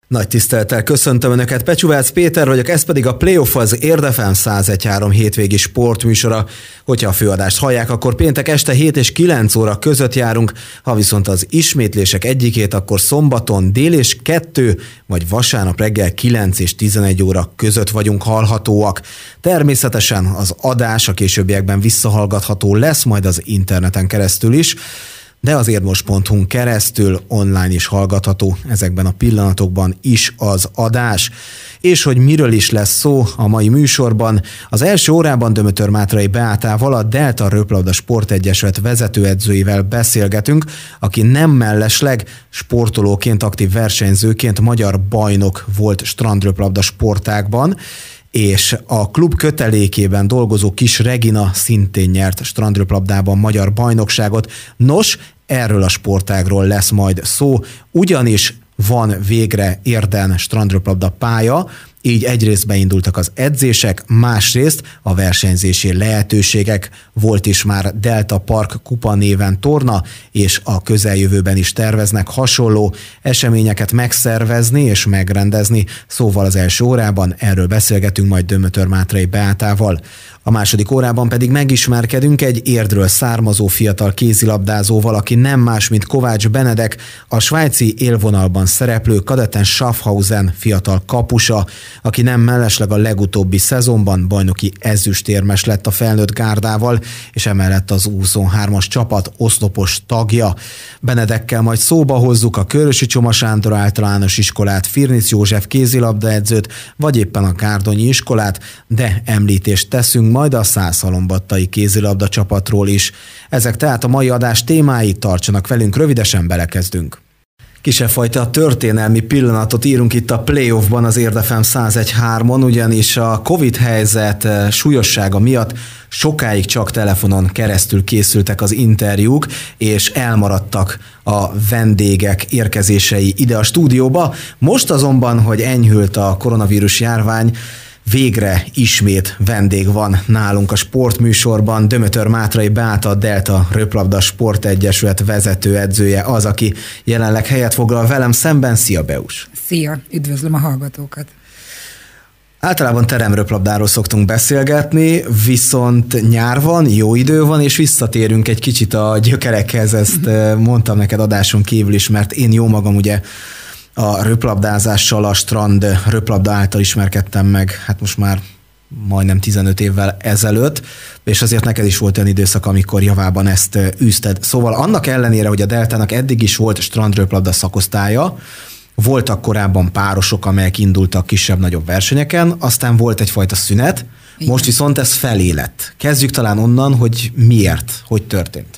Nagy tisztelettel köszöntöm Önöket, Pecsúvác Péter vagyok, ez pedig a Playoff, az Érdefem 101.3 hétvégi sportműsora. Hogyha a főadást hallják, akkor péntek este 7 és 9 óra között járunk, ha viszont az ismétlések egyikét, akkor szombaton dél és 2, vagy vasárnap reggel 9 és 11 óra között vagyunk hallhatóak. Természetesen az adás a későbbiekben visszahallgatható lesz, majd az interneten keresztül is, de az érdmos.hu-n keresztül online is hallgatható ezekben a pillanatokban is az adás. És hogy miről is lesz szó a mai műsorban, az első órában Dömötör Mátrai Beátával, a Delta Röplabda Sportegyesület vezetőedzőivel beszélgetünk, aki nem mellesleg sportolóként, aktív versenyzőként magyar bajnok volt strandröplabda sportágban, és a klub kötelékében dolgozó Kis Regina szintén nyert strandröplabdában magyar bajnokságot. Nos, erről a sportágról lesz majd szó, ugyanis van végre Érden strandröplabda pálya, így egyrészt beindultak az edzések, másrészt a versenyzési lehetőségek. Volt is már Delta Park Kupa néven torna, és a közeljövőben is terveznek hasonló eseményeket megszervezni és megrendezni. Szóval az első órában erről beszélgetünk majd Dömötör Mátrai Beátával. A második órában pedig megismerkedünk egy Érdről származó fiatal kézilabdázóval, aki nem más, mint Kovács Benedek, a svájci élvonalban szereplő Kadetten Schaffhausen fiatal kapusa, aki nem mellesleg a legutóbbi szezonban bajnoki ezüstérmes lett a felnőtt gárdával, és emellett az U23-as csapat oszlopos tagja. Benedekkel majd szóba hozzuk a Körösi Csoma Sándor általános iskolát, Firnic József kézilabdaedzőt, vagy éppen a Gárdonyi iskolát, de említést teszünk majd a Szászhalombattai kézilabda csapatról is. Ezek tehát a mai adás témái, tartsanak velünk, rövidesen belekezdünk. Kisebb fajta történelmi pillanatot írunk itt a Playoffban az Érdefem 101.3-on, ugyanis a Covid helyzet súlyossága miatt sokáig csak telefonon keresztül készültek az interjúk, és elmaradtak a vendégek érkezései ide a stúdióba. Most azonban, hogy enyhült a koronavírus járvány, végre ismét vendég van nálunk a sportműsorban. Dömötör Mátrai Beáta, a Delta Röplabda Sportegyesület vezetőedzője, az, aki jelenleg helyet foglal velem szemben. Szia, Beus! Szia! Üdvözlöm a hallgatókat! Általában teremröplabdáról szoktunk beszélgetni, viszont nyár van, jó idő van, és visszatérünk egy kicsit a gyökerekhez, ezt mondtam neked adáson kívül is, mert én jó magam ugye a röplabdázással, a strand röplabda által ismerkedtem meg, hát most már majdnem 15 évvel ezelőtt, és azért neked is volt olyan időszak, amikor javában ezt űzted. Szóval annak ellenére, hogy a Deltának eddig is volt strandröplabda szakosztálya, voltak korábban párosok, amelyek indultak kisebb-nagyobb versenyeken, aztán volt egyfajta szünet, igen. Most viszont ez felé lett. Kezdjük talán onnan, hogy miért, hogy történt.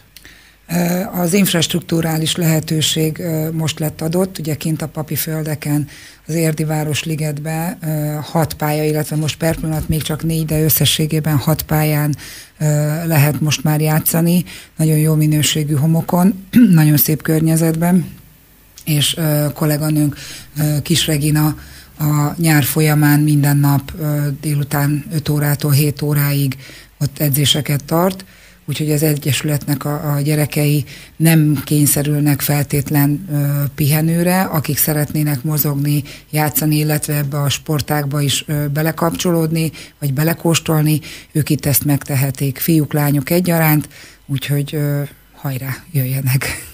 Az infrastrukturális lehetőség most lett adott, ugye kint a Papiföldeken, az Érdi Városligetben 6 pálya, illetve most per pillanat még csak 4, de összességében 6 pályán lehet most már játszani, nagyon jó minőségű homokon, nagyon szép környezetben, és kolléganőnk Kis Regina a nyár folyamán minden nap délután 5 órától 7 óráig ott edzéseket tart, úgyhogy az egyesületnek a gyerekei nem kényszerülnek feltétlen pihenőre, akik szeretnének mozogni, játszani, illetve ebbe a sportágba is belekapcsolódni, vagy belekóstolni, ők itt ezt megtehetik, fiúk, lányok egyaránt, úgyhogy hajrá, jöjjenek!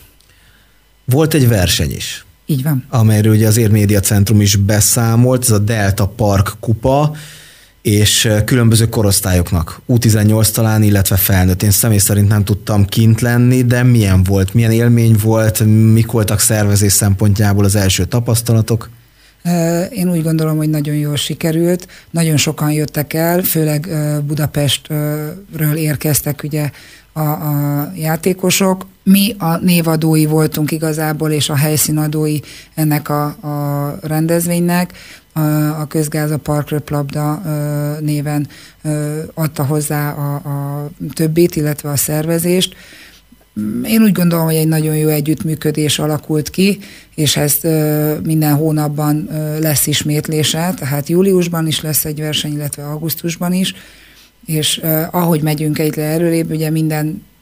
Volt egy verseny is. Így van. Amelyről ugye az Érmédia Centrum is beszámolt, ez a Delta Park Kupa, és különböző korosztályoknak, U18 talán, illetve felnőtt. Én személy szerint nem tudtam kint lenni, de milyen volt, milyen élmény volt, mik voltak szervezés szempontjából az első tapasztalatok? Én úgy gondolom, hogy nagyon jól sikerült, nagyon sokan jöttek el, főleg Budapestről érkeztek ugye a játékosok. Mi a névadói voltunk igazából, és a helyszínadói ennek a rendezvénynek. A Közgáz a Parkröplabda néven adta hozzá a többit, illetve a szervezést. Én úgy gondolom, hogy egy nagyon jó együttműködés alakult ki, és ez minden hónapban lesz ismétlése, tehát júliusban is lesz egy verseny, illetve augusztusban is, és ahogy megyünk egyre előrébb, ugye minden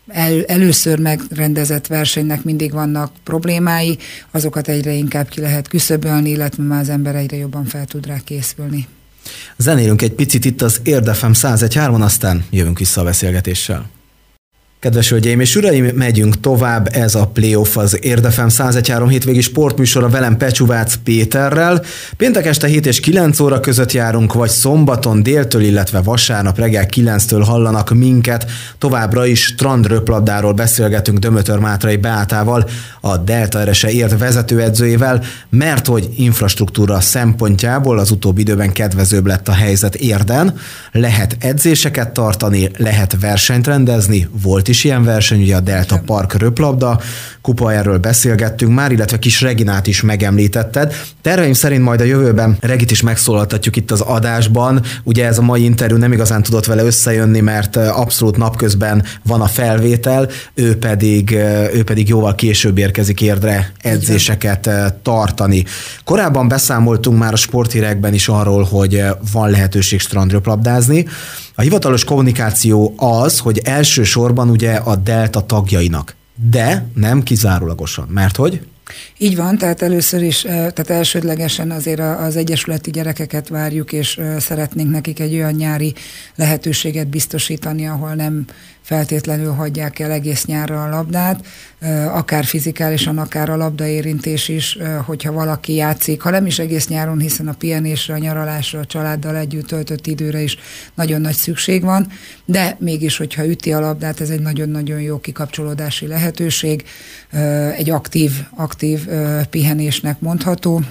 először megrendezett versenynek mindig vannak problémái, azokat egyre inkább ki lehet küszöbölni, illetve már az ember egyre jobban fel tud rá készülni. Zenélünk egy picit itt az Érd FM 101.3-on, aztán jövünk vissza a beszélgetéssel. Kedves hölgyeim és uraim, megyünk tovább, ez a Playoff az Érd FM 101.3 hétvégi sportműsora velem Pecsúvác Péterrel. Péntek este 7 és 9 óra között járunk, vagy szombaton déltől, illetve vasárnap reggel 9-től hallanak minket. Továbbra is strandröplabdáról beszélgetünk Dömötör Mátrai Beátával, a Delta RS Érd vezetőedzőjével, mert hogy infrastruktúra szempontjából az utóbbi időben kedvezőbb lett a helyzet Érden. Lehet edzéseket tartani, lehet versenyt rendezni, volt is ilyen verseny, ugye a Delta Park röplabda kupa, erről beszélgettünk már, illetve Kis Reginát is megemlítetted. Terveim szerint majd a jövőben Regit is megszólaltatjuk itt az adásban. Ugye ez a mai interjú nem igazán tudott vele összejönni, mert abszolút napközben van a felvétel, ő pedig jóval később érkezik Érdre edzéseket tartani. Korábban beszámoltunk már a sporthírekben is arról, hogy van lehetőség strandröplabdázni. A hivatalos kommunikáció az, hogy elsősorban ugye a Delta tagjainak, de nem kizárólagosan. Mert hogy? Így van, tehát először is, tehát elsődlegesen azért az egyesületi gyerekeket várjuk, és szeretnénk nekik egy olyan nyári lehetőséget biztosítani, ahol nem feltétlenül hagyják el egész nyárra a labdát, akár fizikálisan, akár a labdaérintés is, hogyha valaki játszik, ha nem is egész nyáron, hiszen a pihenésre, a nyaralásra, a családdal együtt töltött időre is nagyon nagy szükség van, de mégis, hogyha üti a labdát, ez egy nagyon-nagyon jó kikapcsolódási lehetőség, egy aktív pihenésnek mondható,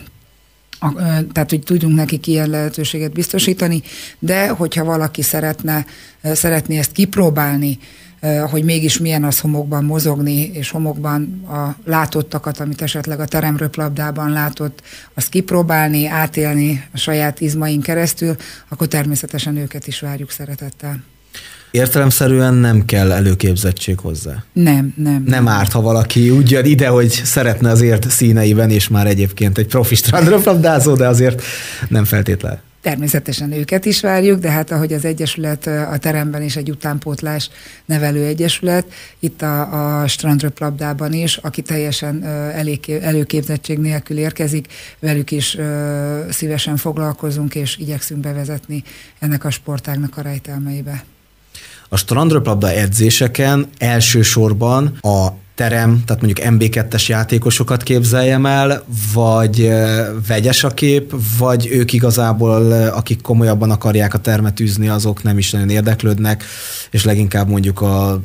tehát, hogy tudjunk nekik ilyen lehetőséget biztosítani, de hogyha valaki szeretné ezt kipróbálni, hogy mégis milyen az homokban mozogni, és homokban a látottakat, amit esetleg a teremröplabdában látott, azt kipróbálni, átélni a saját izmain keresztül, akkor természetesen őket is várjuk szeretettel. Értelemszerűen nem kell előképzettség hozzá. Nem. Nem árt, ha valaki úgy jön ide, hogy szeretne az Érd színeiben, és már egyébként egy profi strandröplabdázó, de azért nem feltétlen. Természetesen őket is várjuk, de hát ahogy az egyesület a teremben is egy utánpótlás nevelő egyesület, itt a strandröplabdában is, aki teljesen előképzettség nélkül érkezik, velük is szívesen foglalkozunk, és igyekszünk bevezetni ennek a sportágnak a rejtelmeibe. A strandröplabda edzéseken elsősorban a terem, tehát mondjuk MB2-es játékosokat képzeljem el, vagy vegyes a kép, vagy ők igazából, akik komolyabban akarják a termet űzni, azok nem is nagyon érdeklődnek, és leginkább mondjuk az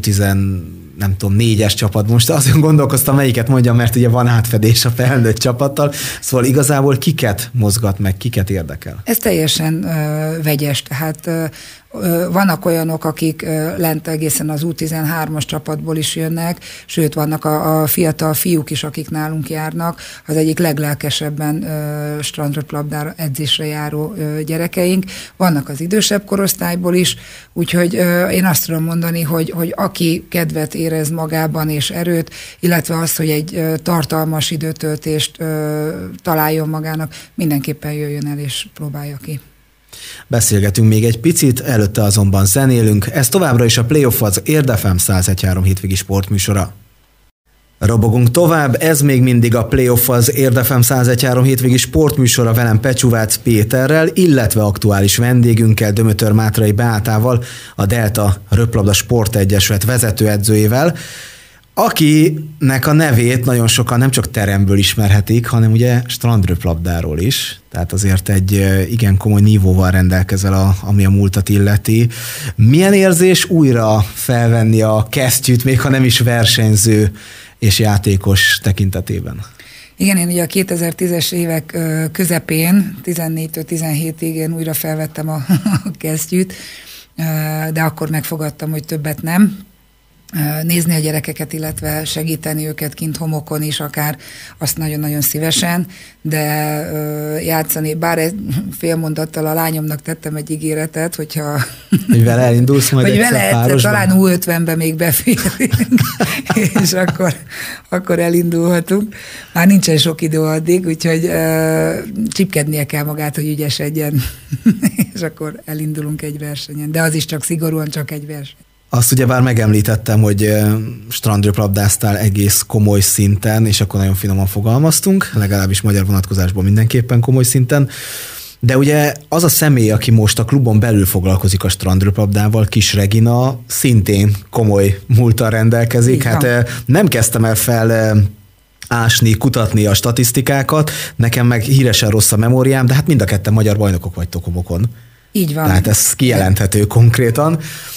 U4-es csapat, most azon gondolkoztam, melyiket mondjam, mert ugye van átfedés a felnőtt csapattal, szóval igazából kiket mozgat meg, kiket érdekel? Ez teljesen vegyes, tehát vannak olyanok, akik lent egészen az U13-as csapatból is jönnek, sőt vannak a fiatal fiúk is, akik nálunk járnak, az egyik leglelkesebben strandröplabdára edzésre járó gyerekeink. Vannak az idősebb korosztályból is, úgyhogy én azt tudom mondani, hogy aki kedvet érez magában és erőt, illetve az, hogy egy tartalmas időtöltést találjon magának, mindenképpen jöjjön el és próbálja ki. Beszélgetünk még egy picit, előtte azonban zenélünk. Ez továbbra is a Playoff az Érd FM 101.3 hétvégi sportműsora. Robogunk tovább, ez még mindig a Playoff az Érd FM 101.3 hétvégi sportműsora velem Pecsúvác Péterrel, illetve aktuális vendégünkkel, Dömötör Mátrai Beátával, a Delta Röplabda Sportegyesület vezetőedzőjével, akinek a nevét nagyon sokan nem csak teremből ismerhetik, hanem ugye strandröplabdáról is. Tehát azért egy igen komoly nívóval rendelkezel, ami a múltat illeti. Milyen érzés újra felvenni a kesztyűt, még ha nem is versenyző és játékos tekintetében? Igen, én ugye a 2010-es évek közepén, 14-től 17-ig én újra felvettem a kesztyűt, de akkor megfogadtam, hogy többet nem. Nézni a gyerekeket, illetve segíteni őket kint homokon is, akár azt nagyon-nagyon szívesen, de játszani, bár egy fél mondattal a lányomnak tettem egy ígéretet, hogyha... Hogy vele elindulsz majd egyszer párosban? Talán U50-ben még beférünk, és akkor elindulhatunk. Már nincsen sok idő addig, úgyhogy csipkednie kell magát, hogy ügyesedjen, és akkor elindulunk egy versenyen. De az is csak szigorúan csak egy verseny. Azt ugyebár megemlítettem, hogy strandröplabdáztál egész komoly szinten, és akkor nagyon finoman fogalmaztunk, legalábbis magyar vonatkozásban mindenképpen komoly szinten. De ugye az a személy, aki most a klubon belül foglalkozik a strandröplabdával, Kis Regina, szintén komoly múlttal rendelkezik. Hát nem kezdtem el fel ásni, kutatni a statisztikákat, nekem meg híresen rossz a memóriám, de hát mind a ketten magyar bajnokok vagytok homokon. Így van. Tehát ez kijelenthető konkrétan.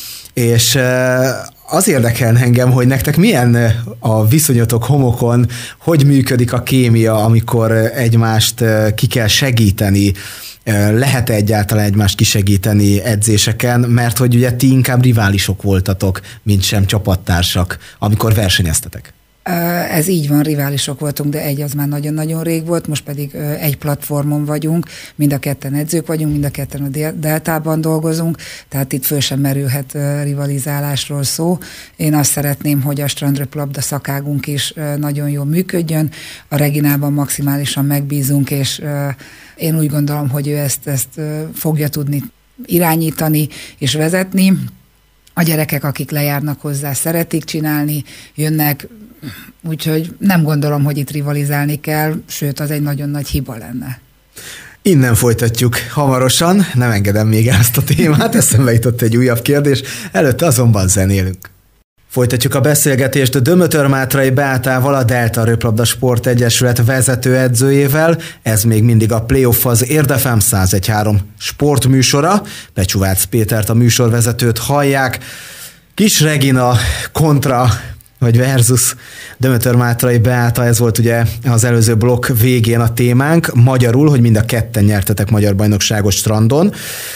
És az érdekel engem, hogy nektek milyen a viszonyotok homokon, hogy működik a kémia, amikor egymást ki kell segíteni, lehet-e egyáltalán egymást kisegíteni edzéseken, mert hogy ugye ti inkább riválisok voltatok, mint sem csapattársak, amikor versenyeztetek. Ez így van, riválisok voltunk, de az már nagyon-nagyon rég volt, most pedig egy platformon vagyunk, mind a ketten edzők vagyunk, mind a ketten a Deltában dolgozunk, tehát itt föl sem merülhet rivalizálásról szó. Én azt szeretném, hogy a strandröplabda szakágunk is nagyon jól működjön, a Reginában maximálisan megbízunk, és én úgy gondolom, hogy ő ezt fogja tudni irányítani és vezetni. A gyerekek, akik lejárnak hozzá, szeretik csinálni, jönnek, úgyhogy nem gondolom, hogy itt rivalizálni kell, sőt, az egy nagyon nagy hiba lenne. Innen folytatjuk hamarosan, nem engedem még ezt a témát, eszembe jutott egy újabb kérdés, előtte azonban zenélünk. Folytatjuk a beszélgetést Dömötör-Mátrai Beátával, a Delta Röplabda Sport Egyesület vezetőedzőjével. Ez még mindig a Playoff az Érdefem 101.3 sportműsora. Becsúvác Pétert, a műsorvezetőt hallják. Kis Regina kontra vagy versus Dömötör-Mátrai Beáta, ez volt ugye az előző blokk végén a témánk. Magyarul, hogy mind a ketten nyertetek magyar bajnokságot strandon,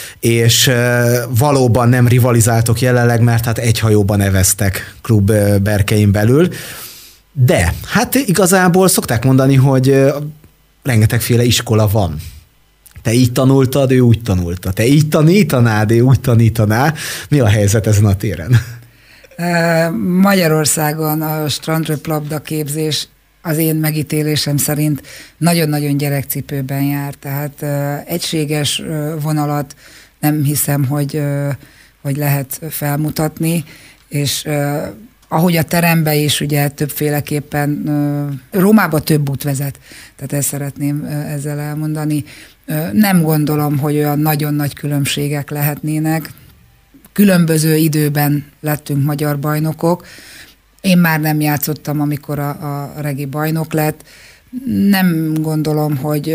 és valóban nem rivalizáltok jelenleg, mert hát egy hajóban eveztek klub berkein belül. De hát igazából szokták mondani, hogy rengetegféle iskola van. Te így tanultad, ő úgy tanulta. Te így tanítanád, ő úgy tanítaná. Mi a helyzet ezen a téren? Magyarországon a strandröplabda képzés az én megítélésem szerint nagyon-nagyon gyerekcipőben jár, tehát egységes vonalat nem hiszem, hogy lehet felmutatni, és ahogy a terembe is ugye többféleképpen, Rómába több út vezet, tehát ezt szeretném ezzel elmondani. Nem gondolom, hogy olyan nagyon nagy különbségek lehetnének. Különböző időben lettünk magyar bajnokok. Én már nem játszottam, amikor a Regi bajnok lett. Nem gondolom, hogy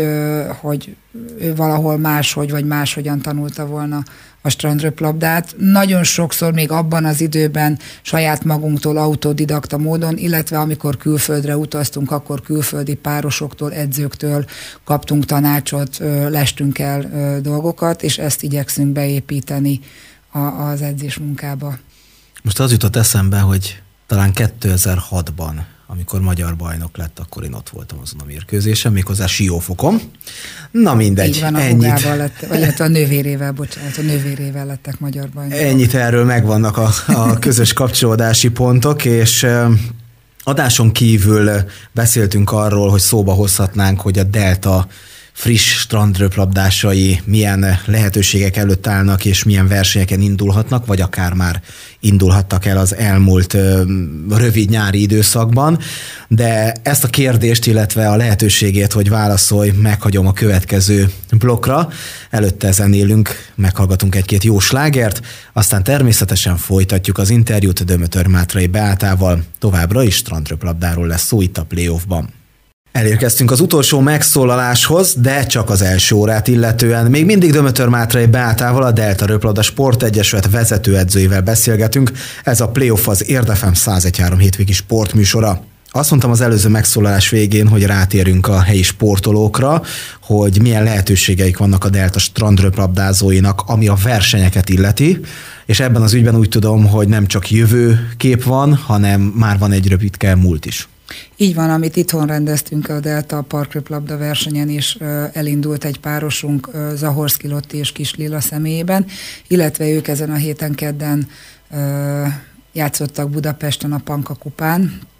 ő valahol máshogy, vagy máshogyan tanulta volna a strandröplabdát. Nagyon sokszor még abban az időben saját magunktól autodidakta módon, illetve amikor külföldre utaztunk, akkor külföldi párosoktól, edzőktől kaptunk tanácsot, lestünk el dolgokat, és ezt igyekszünk beépíteni az edzés munkába. Most az jutott eszembe, hogy talán 2006-ban, amikor magyar bajnok lett, akkor én ott voltam azon a mérkőzésen, méghozzá Siófokon. Na mindegy, így van, ennyit. A nővérével lettek magyar bajnokok. Ennyit erről megvannak a közös kapcsolódási pontok, és adáson kívül beszéltünk arról, hogy szóba hozhatnánk, hogy a Delta friss strandröplabdásai milyen lehetőségek előtt állnak, és milyen versenyeken indulhatnak, vagy akár már indulhattak el az elmúlt rövid nyári időszakban. De ezt a kérdést, illetve a lehetőségét, hogy válaszolj, meghagyom a következő blokkra. Előtte zenélünk, meghallgatunk egy-két jó slágert, aztán természetesen folytatjuk az interjút Dömötör-Mátrai Beátával. Továbbra is strandröplabdáról lesz szó itt a Playoffban. Elérkeztünk az utolsó megszólaláshoz, de csak az első órát illetően. Még mindig Dömötör-Mátrai Beátával, a Delta Röplabda Sport Egyesület vezetőedzőjével beszélgetünk. Ez a Playoff az Érdefem 101.3 hétvégi sportműsora. Azt mondtam az előző megszólalás végén, hogy rátérünk a helyi sportolókra, hogy milyen lehetőségeik vannak a Delta strandröplabdázóinak, ami a versenyeket illeti, és ebben az ügyben úgy tudom, hogy nem csak jövőkép van, hanem már van egy rövidke múlt is. Így van, amit itthon rendeztünk a Delta parkröplabda versenyen is, elindult egy párosunk, Zahorszky Lotti és Kis Lila személyében, illetve ők ezen a héten kedden játszottak Budapesten a Panka kupán,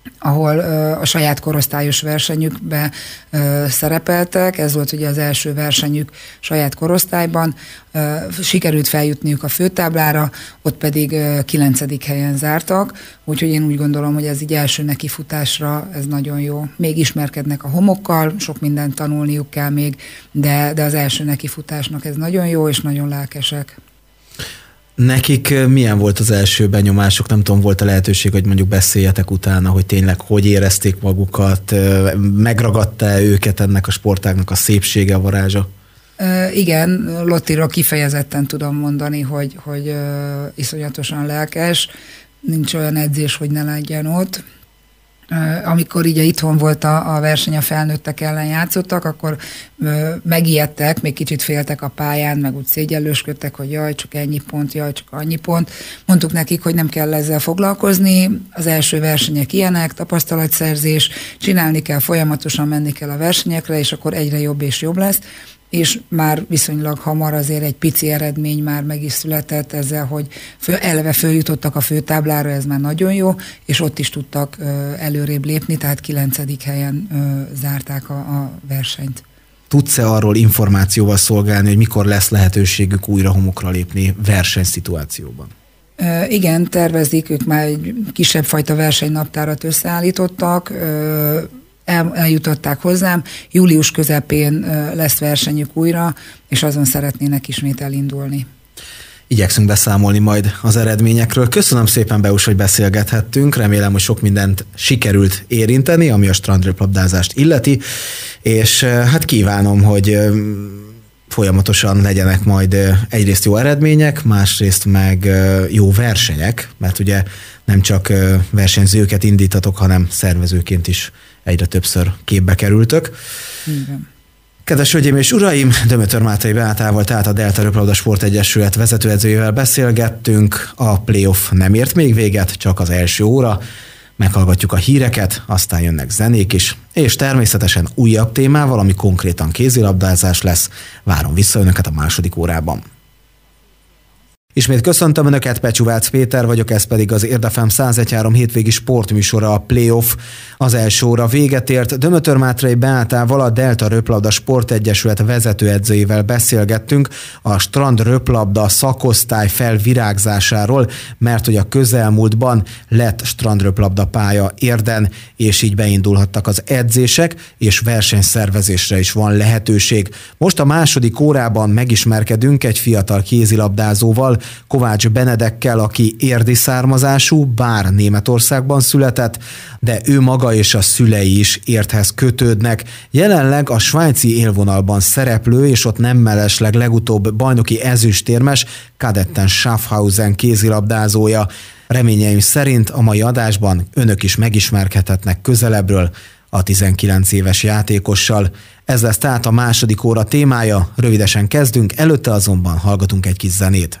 ahol a saját korosztályos versenyükbe szerepeltek. Ez volt ugye az első versenyük saját korosztályban. Sikerült feljutniuk a főtáblára, ott pedig 9. helyen zártak, úgyhogy én úgy gondolom, hogy ez így első nekifutásra ez nagyon jó. Még ismerkednek a homokkal, sok mindent tanulniuk kell még, de az első nekifutásnak ez nagyon jó, és nagyon lelkesek. Nekik milyen volt az első benyomások? Nem tudom, volt a lehetőség, hogy mondjuk beszéljetek utána, hogy tényleg hogy érezték magukat, megragadta őket ennek a sportágnak a szépsége, a varázsa? Igen, Lottiról kifejezetten tudom mondani, hogy iszonyatosan lelkes, nincs olyan edzés, hogy ne legyen ott. Amikor így itthon volt a verseny, a felnőttek ellen játszottak, akkor megijedtek, még kicsit féltek a pályán, meg úgy szégyellősködtek, hogy jaj, csak ennyi pont, jaj, csak annyi pont. Mondtuk nekik, hogy nem kell ezzel foglalkozni, az első versenyek ilyenek, tapasztalatszerzés, csinálni kell, folyamatosan menni kell a versenyekre, és akkor egyre jobb és jobb lesz. És már viszonylag hamar azért egy pici eredmény már meg is született ezzel, hogy eleve följutottak a főtáblára, ez már nagyon jó, és ott is tudtak előrébb lépni, tehát 9. helyen zárták a versenyt. Tudsz-e arról információval szolgálni, hogy mikor lesz lehetőségük újra homokra lépni versenyszituációban? Igen, tervezik, ők már egy kisebb fajta versenynaptárat összeállítottak, eljutották hozzám, július közepén lesz versenyük újra, és azon szeretnének ismét elindulni. Igyekszünk beszámolni majd az eredményekről. Köszönöm szépen, Beus, hogy beszélgethettünk. Remélem, hogy sok mindent sikerült érinteni, ami a strandröplabdázást illeti, és hát kívánom, hogy folyamatosan legyenek majd egyrészt jó eredmények, másrészt meg jó versenyek, mert ugye nem csak versenyzőket indítatok, hanem szervezőként is egyre többször képbe kerültök. Igen. Kedves hölgyeim és uraim, Dömötör Mátai Beátával, tehát a Delta Röplabda Sportegyesület vezetőedzőjével beszélgettünk. A playoff nem ért még véget, csak az első óra. Meghallgatjuk a híreket, aztán jönnek zenék is, és természetesen újabb témával, ami konkrétan kézilabdázás lesz. Várom vissza önöket a második órában. Ismét köszöntöm Önöket, Pecsúvác Péter vagyok, ez pedig az Érdefem 101.3 hétvégi sportműsora, a playoff. Az első óra véget ért, Dömötör Mátai Beátával, a Delta Röplabda Sportegyesület vezetőedzőjével beszélgettünk a strand röplabda szakosztály felvirágzásáról, mert hogy a közelmúltban lett strandröplabda pálya Érden, és így beindulhattak az edzések, és versenyszervezésre is van lehetőség. Most a második órában megismerkedünk egy fiatal kézilabdázóval, Kovács Benedekkel, aki érdi származású, bár Németországban született, de ő maga és a szülei is Érdhez kötődnek. Jelenleg a svájci élvonalban szereplő, és ott nem mellesleg legutóbb bajnoki ezüstérmes Kadetten Schaffhausen kézilabdázója. Reményeim szerint a mai adásban önök is megismerkedhetnek közelebbről a 19 éves játékossal. Ez lesz tehát a második óra témája, rövidesen kezdünk, előtte azonban hallgatunk egy kis zenét.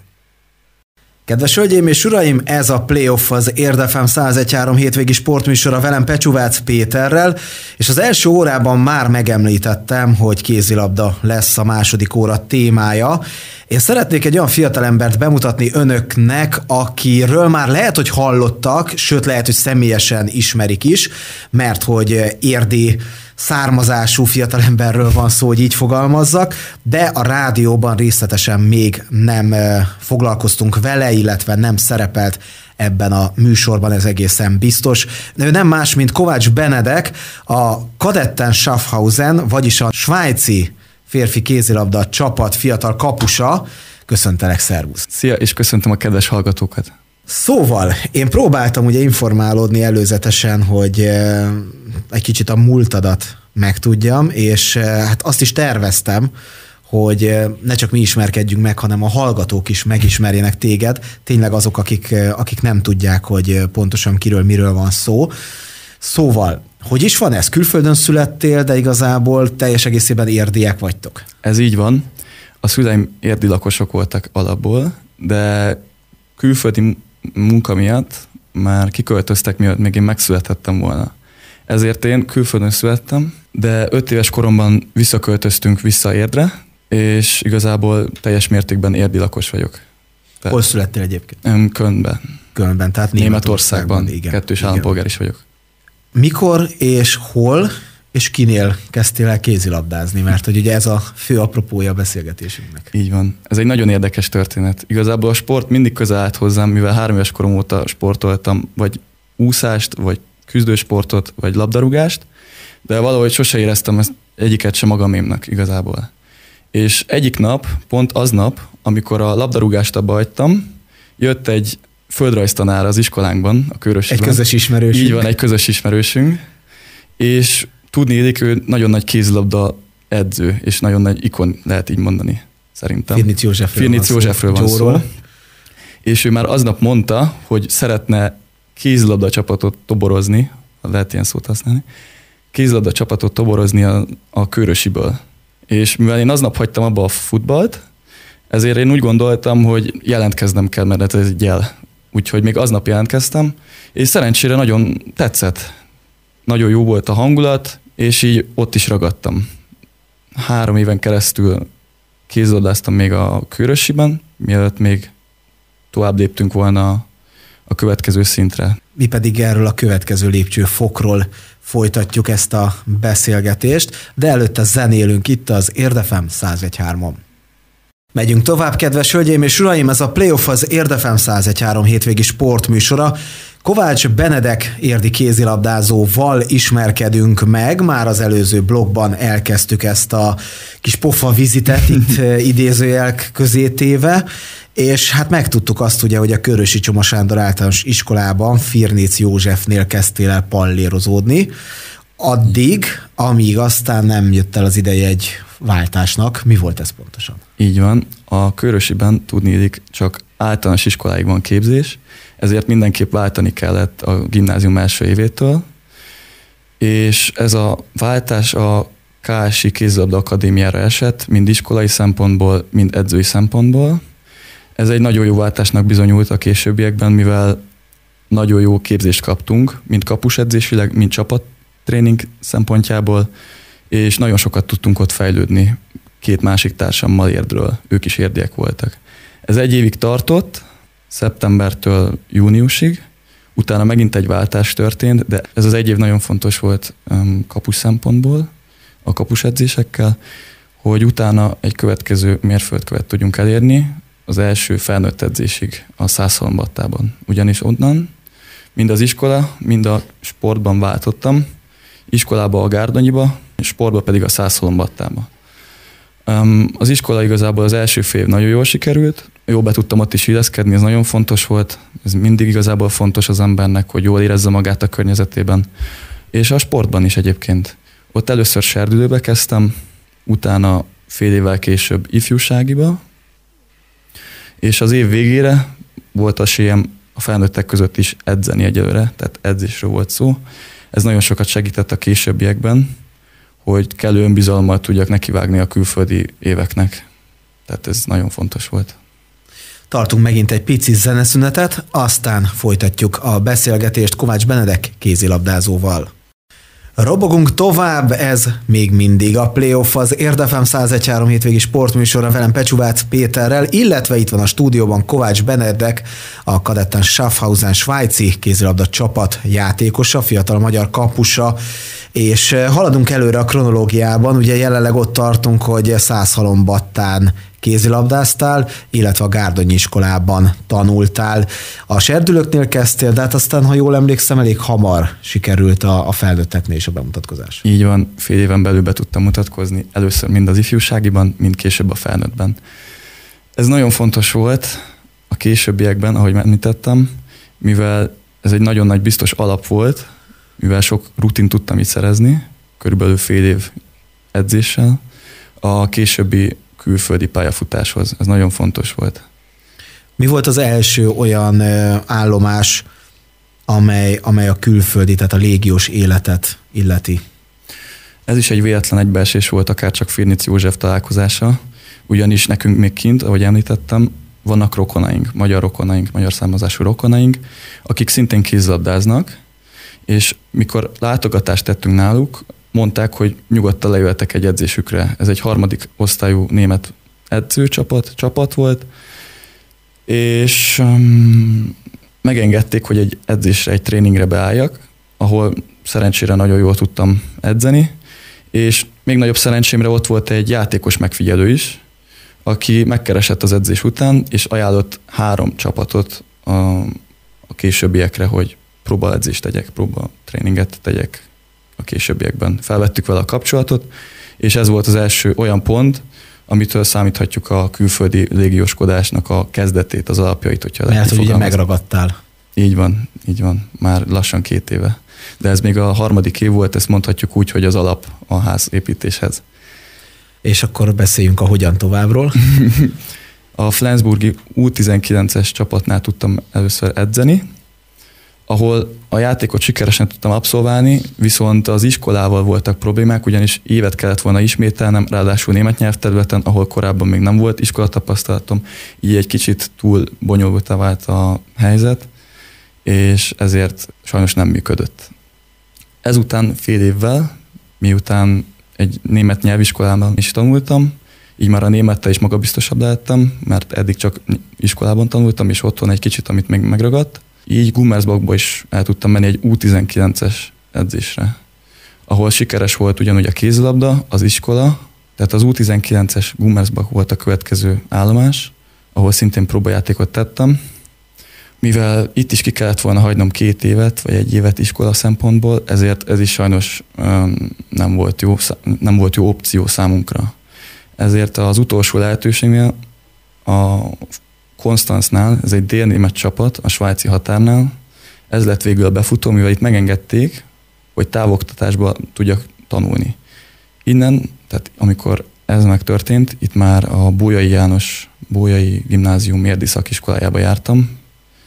Kedves hölgyeim és uraim, ez a playoff, az Érdefem 101.3 hétvégi sportműsora velem Pecsúvác Péterrel, és az első órában már megemlítettem, hogy kézilabda lesz a második óra témája. Én szeretnék egy olyan fiatalembert bemutatni önöknek, akiről már lehet, hogy hallottak, sőt lehet, hogy személyesen ismerik is, mert hogy érdi származású fiatalemberről van szó, hogy így fogalmazzak, de a rádióban részletesen még nem foglalkoztunk vele, illetve nem szerepelt ebben a műsorban, ez egészen biztos. De ő nem más, mint Kovács Benedek, a Kadetten Schaffhausen, vagyis a svájci férfi kézilabda csapat fiatal kapusa. Köszöntelek, szervusz! Szia, és köszöntöm a kedves hallgatókat! Szóval, én próbáltam ugye informálódni előzetesen, hogy egy kicsit a múltadat megtudjam, és hát azt is terveztem, hogy ne csak mi ismerkedjünk meg, hanem a hallgatók is megismerjenek téged, tényleg azok, akik nem tudják, hogy pontosan miről van szó. Szóval, hogy is van ez? Külföldön születtél, de igazából teljes egészében érdiek vagytok? Ez így van. A szüleim érdi lakosok voltak alapból, de külföldi munka miatt már kiköltöztek, miatt még én megszülethettem volna. Ezért én külföldön születtem, de 5 éves koromban visszaköltöztünk vissza Érdre, és igazából teljes mértékben érdi lakos vagyok. Hol születtél egyébként? Kölnben. Kölnben, tehát Németországban. Igen, kettős állampolgár is vagyok. Mikor és hol és kinél kezdtél el kézilabdázni? Mert hogy ugye ez a fő apropója a beszélgetésünknek. Így van. Ez egy nagyon érdekes történet. Igazából a sport mindig közel állt hozzám, mivel 3 éves korom óta sportoltam, vagy úszást, vagy küzdősportot, vagy labdarúgást, de valahogy sose éreztem ezt egyiket sem magamémnak igazából. És egyik nap, pont aznap, amikor a labdarúgást abba hagytam, jött egy földrajztanár az iskolánkban, a Körösiben. Egy közös ismerősünk. Így van, egy közös ismerősünk. És tudniillik, ő nagyon nagy kézilabda edző, és nagyon nagy ikon, lehet így mondani, szerintem. Firnitz Józsefről van szó. És ő már aznap mondta, hogy szeretne kézilabda csapatot toborozni, lehet ilyen szót használni, kézilabda csapatot toborozni a Körösiből. És mivel én aznap hagytam abba a futballt, ezért én úgy gondoltam, hogy jelentkeznem kell, mert ez egy jel. Úgyhogy még aznap jelentkeztem, és szerencsére nagyon tetszett. Nagyon jó volt a hangulat, és így ott is ragadtam. 3 éven keresztül kézilabdáztam még a Körösiben, mielőtt még tovább léptünk volna a következő szintre. Mi pedig erről a következő lépcsőfokról folytatjuk ezt a beszélgetést, de előtte zenélünk itt az Érdefem 101.3-on. Megyünk tovább, kedves hölgyeim és uraim, ez a Playoff az Érdefem 101.3 hétvégi sportműsora. Kovács Benedek érdi kézilabdázóval ismerkedünk meg, már az előző blogban elkezdtük ezt a kis pofa vizitet itt idézőjelk közé téve, és hát megtudtuk azt ugye, hogy a Körösi Csoma Sándor általános iskolában Firnitz Józsefnél kezdtél el pallérozódni, addig, amíg aztán nem jött el az ideje egy váltásnak. Mi volt ez pontosan? Így van. A Körösiben tudniillik csak általános iskoláig van képzés, ezért mindenképp váltani kellett a gimnázium első évétől, és ez a váltás a KSI Kézilabda Akadémiára esett, mind iskolai szempontból, mind edzői szempontból. Ez egy nagyon jó váltásnak bizonyult a későbbiekben, mivel nagyon jó képzést kaptunk, mind kapusedzésileg, mind csapattréning szempontjából, és nagyon sokat tudtunk ott fejlődni 2 másik társammal Érdről, ők is érdiek voltak. Ez 1 évig tartott, szeptembertől júniusig, utána megint egy váltás történt, de ez az 1 év nagyon fontos volt kapus szempontból, a kapusedzésekkel, hogy utána egy következő mérföldkövet tudjunk elérni, az első felnőtt edzésig a Szászhalombattában. Ugyanis onnan mind az iskola, mind a sportban váltottam, iskolába a Gárdonyiba, sportba pedig a Szászhalombattába. Az iskola igazából az első fél év nagyon jól sikerült, jól be tudtam ott is illeszkedni, ez nagyon fontos volt, ez mindig igazából fontos az embernek, hogy jól érezze magát a környezetében, és a sportban is egyébként. Ott először serdülőbe kezdtem, utána fél évvel később ifjúságiba, és az év végére volt esélyem a felnőttek között is edzeni egyelőre, tehát edzésről volt szó. Ez nagyon sokat segített a későbbiekben, hogy kellő önbizalommal tudjak nekivágni a külföldi éveknek. Tehát ez nagyon fontos volt. Tartunk megint egy pici zeneszünetet, aztán folytatjuk a beszélgetést Kovács Benedek kézilabdázóval. Robogunk tovább, ez még mindig a Playoff az Érdefem 101.3 hétvégi sportműsora velem Pecsúvác Péterrel, illetve itt van a stúdióban Kovács Benedek, a Kadetten Schaffhausen svájci kézilabda csapat játékosa, fiatal magyar kapusa, és haladunk előre a kronológiában, ugye jelenleg ott tartunk, hogy Szászhalombattán kézilabdáztál, illetve a Gárdonyi iskolában tanultál. A serdülőknél kezdtél, de hát aztán, ha jól emlékszem, elég hamar sikerült a felnőtteknél is a bemutatkozás. Így van, fél éven belül be tudtam mutatkozni, először mind az ifjúságiban, mind később a felnőttben. Ez nagyon fontos volt a későbbiekben, ahogy említettem, mivel ez egy nagyon nagy biztos alap volt, mivel sok rutin tudtam itt szerezni, körülbelül fél év edzéssel, a későbbi külföldi pályafutáshoz. Ez nagyon fontos volt. Mi volt az első olyan állomás, amely a külföldi, tehát a légiós életet illeti? Ez is egy véletlen egybeesés volt, akár csak Firnitz József találkozása, ugyanis nekünk még kint, ahogy említettem, vannak rokonaink, magyar származású rokonaink, akik szintén kézilabdáznak, és mikor látogatást tettünk náluk, mondták, hogy nyugodtan lejöttek egy edzésükre. Ez egy 3. osztályú német edzőcsapat volt, és megengedték, hogy egy edzésre, egy tréningre beálljak, ahol szerencsére nagyon jól tudtam edzeni, és még nagyobb szerencsémre ott volt egy játékos megfigyelő is, aki megkeresett az edzés után, és ajánlott 3 csapatot a későbbiekre, hogy próbaedzést tegyek, próbatréninget tegyek a későbbiekben. Felvettük vele a kapcsolatot, és ez volt az első olyan pont, amitől számíthatjuk a külföldi légióskodásnak a kezdetét, az alapjait, hogyha mert hogy ugye megragadtál. Így van, már lassan 2 éve. De ez még a 3. év volt, ezt mondhatjuk úgy, hogy az alap a ház építéshez. És akkor beszéljünk a hogyan továbbról. A Flensburgi U19-es csapatnál tudtam először edzeni, ahol a játékot sikeresen tudtam abszolválni, viszont az iskolával voltak problémák, ugyanis évet kellett volna ismételnem, ráadásul német nyelvterületen, ahol korábban még nem volt iskolatapasztalatom, így egy kicsit túl bonyolultá vált a helyzet, és ezért sajnos nem működött. Ezután fél évvel, miután egy német nyelviskolában is tanultam, így már a némettel is magabiztosabb lehettem, mert eddig csak iskolában tanultam, és otthon egy kicsit, amit még megragadt. Így Gummersbachba is el tudtam menni egy U19-es edzésre, ahol sikeres volt ugyanúgy a kézilabda, az iskola, tehát az U19-es Gummersbach volt a következő állomás, ahol szintén próbajátékot tettem. Mivel itt is ki kellett volna hagynom 2 évet, vagy 1 évet iskola szempontból, ezért ez is sajnos nem volt jó opció számunkra. Ezért az utolsó lehetőségnél a Konstanznál, ez egy délnémet csapat a svájci határnál, ez lett végül a befutó, mivel itt megengedték, hogy távoktatásban tudjak tanulni. Innen, tehát amikor ez megtörtént, itt már a Bolyai Gimnázium Mérdi szakiskolájába jártam,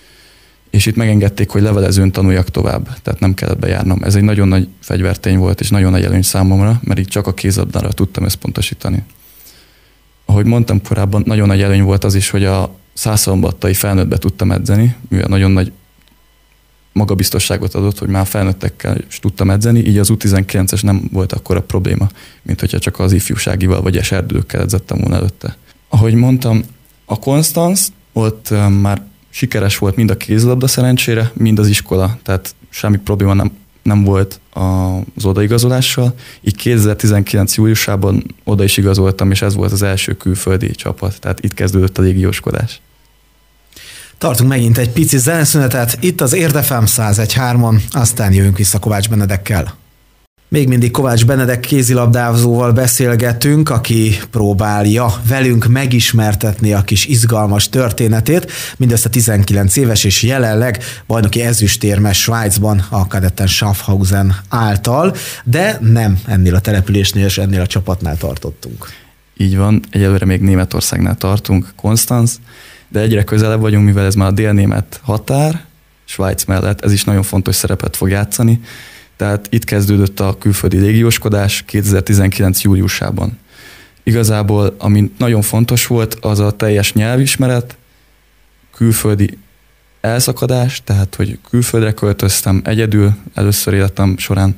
és itt megengedték, hogy levelezőn tanuljak tovább, tehát nem kellett bejárnom. Ez egy nagyon nagy fegyvertény volt, és nagyon nagy előny számomra, mert így csak a kézlabdára tudtam összpontosítani. Ahogy mondtam korábban, nagyon nagy előny volt az is, hogy a Szászalombattai felnőttbe tudtam edzeni, mivel nagyon nagy magabiztosságot adott, hogy már felnőttekkel is tudtam edzeni, így az U19-es nem volt akkora probléma, mint hogyha csak az ifjúságival vagy eserdülőkkel edzettem volna előtte. Ahogy mondtam, a Konstanz ott már sikeres volt mind a kézilabda szerencsére, mind az iskola, tehát semmi probléma nem volt az odaigazolással. Így 2019. júliusában oda is igazoltam, és ez volt az első külföldi csapat, tehát itt kezdődött a légióskodás. Tartunk megint egy pici zeneszünetet, itt az Érdefem 101.3-on, aztán jövünk vissza Kovács Benedekkel. Még mindig Kovács Benedek kézilabdázóval beszélgetünk, aki próbálja velünk megismertetni a kis izgalmas történetét. Mindössze 19 éves és jelenleg bajnoki ezüstérmes Svájcban a Kadetten Schaffhausen által, de nem ennél a településnél és ennél a csapatnál tartottunk. Így van, egyelőre még Németországnál tartunk, Konstanz, de egyre közelebb vagyunk, mivel ez már a délnémet határ, Svájc mellett, ez is nagyon fontos szerepet fog játszani. Tehát itt kezdődött a külföldi légióskodás 2019. júliusában. Igazából, ami nagyon fontos volt, az a teljes nyelvismeret, külföldi elszakadás, tehát hogy külföldre költöztem egyedül először életem során,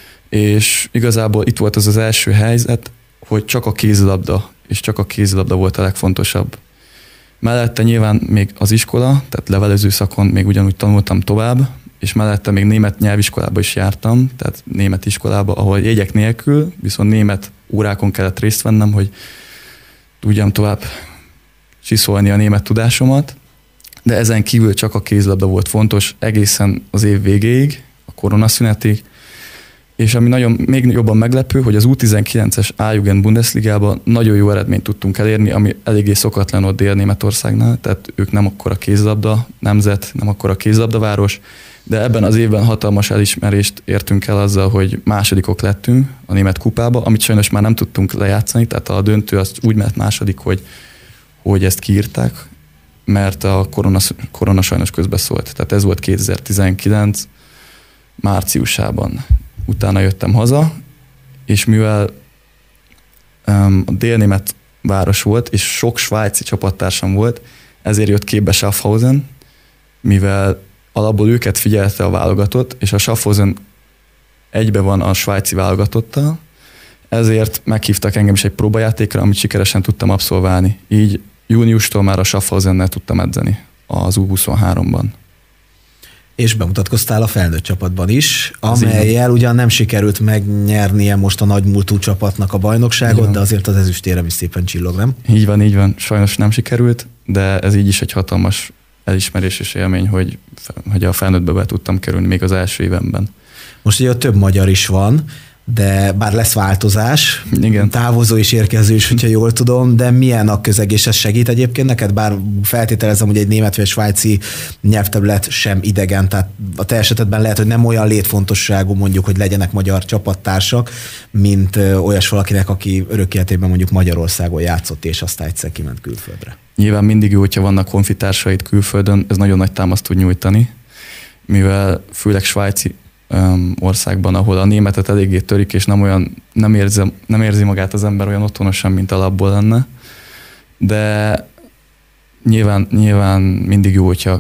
és igazából itt volt az első helyzet, hogy csak a kézilabda, és csak a kézilabda volt a legfontosabb. Mellette nyilván még az iskola, tehát levelező szakon még ugyanúgy tanultam tovább, és mellette még német nyelviskolába is jártam, tehát német iskolába, ahol jegyek nélkül, viszont német órákon kellett részt vennem, hogy tudjam tovább csiszolni a német tudásomat, de ezen kívül csak a kézilabda volt fontos egészen az év végéig, a koronaszünetig, és ami még jobban meglepő, hogy az U19-es A-jugend Bundesligában nagyon jó eredményt tudtunk elérni, ami eléggé szokatlan ott Dél-Németországnál, tehát ők nem akkora kézilabda nemzet, nem akkora kézilabdaváros, de ebben az évben hatalmas elismerést értünk el azzal, hogy másodikok lettünk a német kupába, amit sajnos már nem tudtunk lejátszani, tehát a döntő az úgy ment második, hogy ezt kiírták, mert a korona sajnos közbeszólt. Tehát ez volt 2019 márciusában. Utána jöttem haza, és mivel a délnémet város volt, és sok svájci csapattársam volt, ezért jött képbe Schaffhausen, mivel alapból őket figyelte a válogatott, és a Schaffhausen egybe van a svájci válogatottal, ezért meghívtak engem is egy próbajátékra, amit sikeresen tudtam abszolválni. Így júniustól már a Schaffhausennel tudtam edzeni az U23-ban. És bemutatkoztál a felnőtt csapatban is, amellyel ugyan nem sikerült megnyernie most a nagymúltú csapatnak a bajnokságot, de azért az ezüstérem is szépen csillog, nem? Így van. Sajnos nem sikerült, de ez így is egy hatalmas elismerés és élmény, hogy a felnőttbe be tudtam kerülni még az első évemben. Most ugye több magyar is van, de bár lesz változás, igen. Távozó és érkező is, hogyha jól tudom, de milyen a közeg, és ez segít egyébként neked? Bár feltételezem, hogy egy német vagy svájci nyelvterület sem idegen, tehát a te esetedben lehet, hogy nem olyan létfontosságú mondjuk, hogy legyenek magyar csapattársak, mint olyas valakinek, aki örök életében mondjuk Magyarországon játszott, és aztán egyszer kiment külföldre. Nyilván mindig jó, hogyha vannak honfitársaid külföldön, ez nagyon nagy támaszt tud nyújtani, mivel főleg svájci országban, ahol a németet eléggé törik, és nem érzi magát az ember olyan otthonosan, mint alapból lenne. De nyilván mindig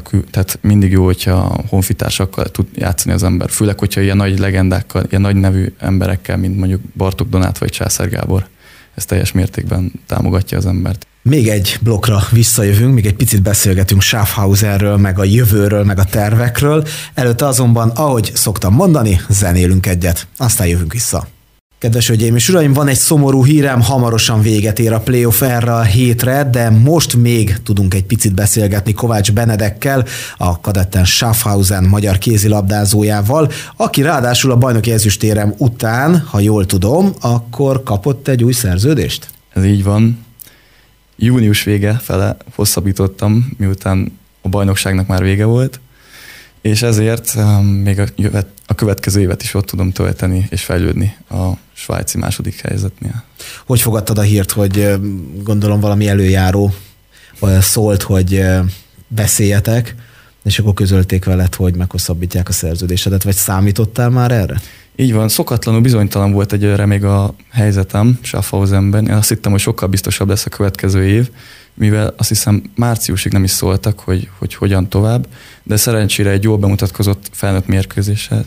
jó, hogyha honfitársakkal tud játszani az ember. Főleg, hogyha ilyen nagy legendákkal, ilyen nagy nevű emberekkel, mint mondjuk Bartók Donát vagy Császár Gábor. Ez teljes mértékben támogatja az embert. Még egy blokkra visszajövünk, még egy picit beszélgetünk Schaffhauserről, meg a jövőről, meg a tervekről. Előtte azonban, ahogy szoktam mondani, zenélünk egyet, aztán jövünk vissza. Kedves hölgyeim és uraim, van egy szomorú hírem, hamarosan véget ér a playoff erre a hétre, de most még tudunk egy picit beszélgetni Kovács Benedekkel, a Kadetten Schaffhausen magyar kézilabdázójával, aki ráadásul a bajnoki ezüstérem után, ha jól tudom, akkor kapott egy új szerződést? Ez így van. Június vége fele hosszabbítottam, miután a bajnokságnak már vége volt, és ezért még a következő évet is ott tudom tölteni és fejlődni a svájci második helyzetnél. Hogy fogadtad a hírt, hogy gondolom valami előjáró szólt, hogy beszéljetek, és akkor közölték veled, hogy meghosszabbítják a szerződésedet, vagy számítottál már erre? Így van, szokatlanul bizonytalan volt egyelőre még a helyzetem Schaffhausenben. Én azt hittem, hogy sokkal biztosabb lesz a következő év, mivel azt hiszem márciusig nem is szóltak, hogy hogyan tovább, de szerencsére egy jól bemutatkozott felnőtt mérkőzéssel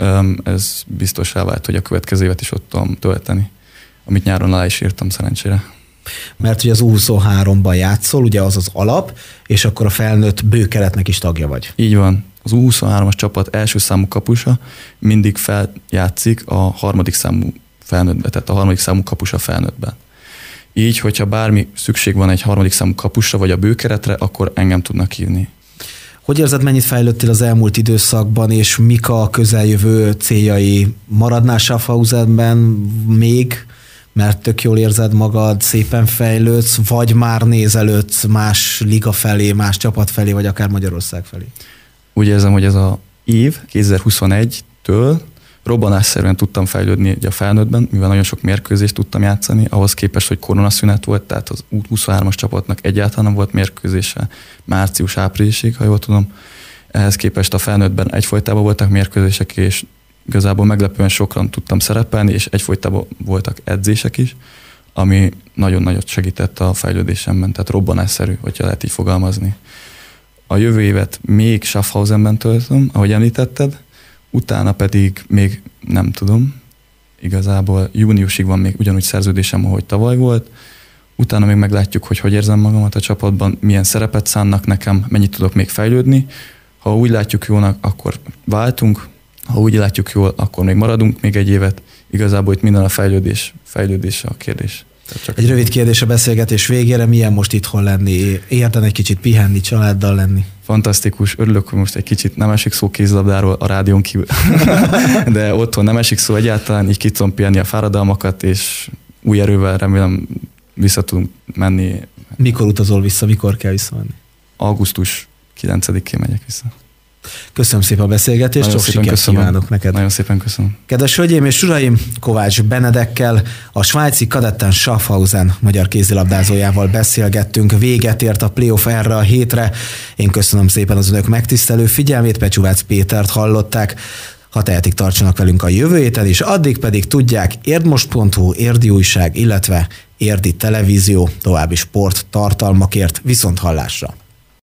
ez biztossá vált, hogy a következő évet is ott tudom tölteni, amit nyáron alá is írtam szerencsére. Mert ugye az U23-ban játszol, ugye az az alap, és akkor a felnőtt bőkeretnek is tagja vagy. Így van. Az U23-as csapat első számú kapusa mindig feljátszik a harmadik számú felnőttbe, tehát a harmadik számú kapusa felnőttben. Így, hogyha bármi szükség van egy harmadik számú kapusra, vagy a bőkeretre, akkor engem tudnak hívni. Hogy érzed, mennyit fejlődtél az elmúlt időszakban, és mik a közeljövő céljai? Maradnál Schaffhausenben még, mert tök jól érzed magad, szépen fejlődsz, vagy már nézelődsz más liga felé, más csapat felé, vagy akár Magyarország felé? Úgy érzem, hogy ez az év 2021-től robbanásszerűen tudtam fejlődni a felnőttben, mivel nagyon sok mérkőzést tudtam játszani, ahhoz képest, hogy koronaszünet volt, tehát az U23-as csapatnak egyáltalán nem volt mérkőzése március-áprilisig, ha jól tudom. Ehhez képest a felnőttben egyfolytában voltak mérkőzések, és igazából meglepően sokran tudtam szerepelni, és egyfolytában voltak edzések is, ami nagyon nagyot segített a fejlődésemben, tehát robbanásszerű, hogyha lehet így fogalmazni. A jövő évet még Schaffhausenben töltöm, ahogy említetted, utána pedig még nem tudom, igazából júniusig van még ugyanúgy szerződésem, ahogy tavaly volt, utána még meglátjuk, hogy érzem magamat a csapatban, milyen szerepet szánnak nekem, mennyit tudok még fejlődni. Ha úgy látjuk jónak, akkor váltunk, ha úgy látjuk jól, akkor még maradunk még egy évet. Igazából itt minden a fejlődés a kérdés. Egy rövid kérdés a beszélgetés végére, milyen most itthon lenni? Érden egy kicsit pihenni, családdal lenni? Fantasztikus, örülök, hogy most egy kicsit nem esik szó kézilabdáról a rádión kívül, de otthon nem esik szó egyáltalán, így ki tudom pihenni a fáradalmakat, és új erővel remélem vissza tudunk menni. Mikor utazol vissza, mikor kell visszamenni? Augusztus 9-én megyek vissza. Köszönöm szépen a beszélgetést, sok sikert kívánok neked. Nagyon szépen köszönöm. Kedves hölgyeim és uraim, Kovács Benedekkel, a svájci Kadetten Schaffhausen magyar kézilabdázójával beszélgettünk. Véget ért a playoff erre a hétre. Én köszönöm szépen az önök megtisztelő figyelmét, Pecsúvác Pétert hallották. Ha tehetik, tartsanak velünk a jövő héten is, addig pedig tudják, érdmost.hu, Érdi Újság, illetve Érdi Televízió további sport tartalmakért viszonthallásra.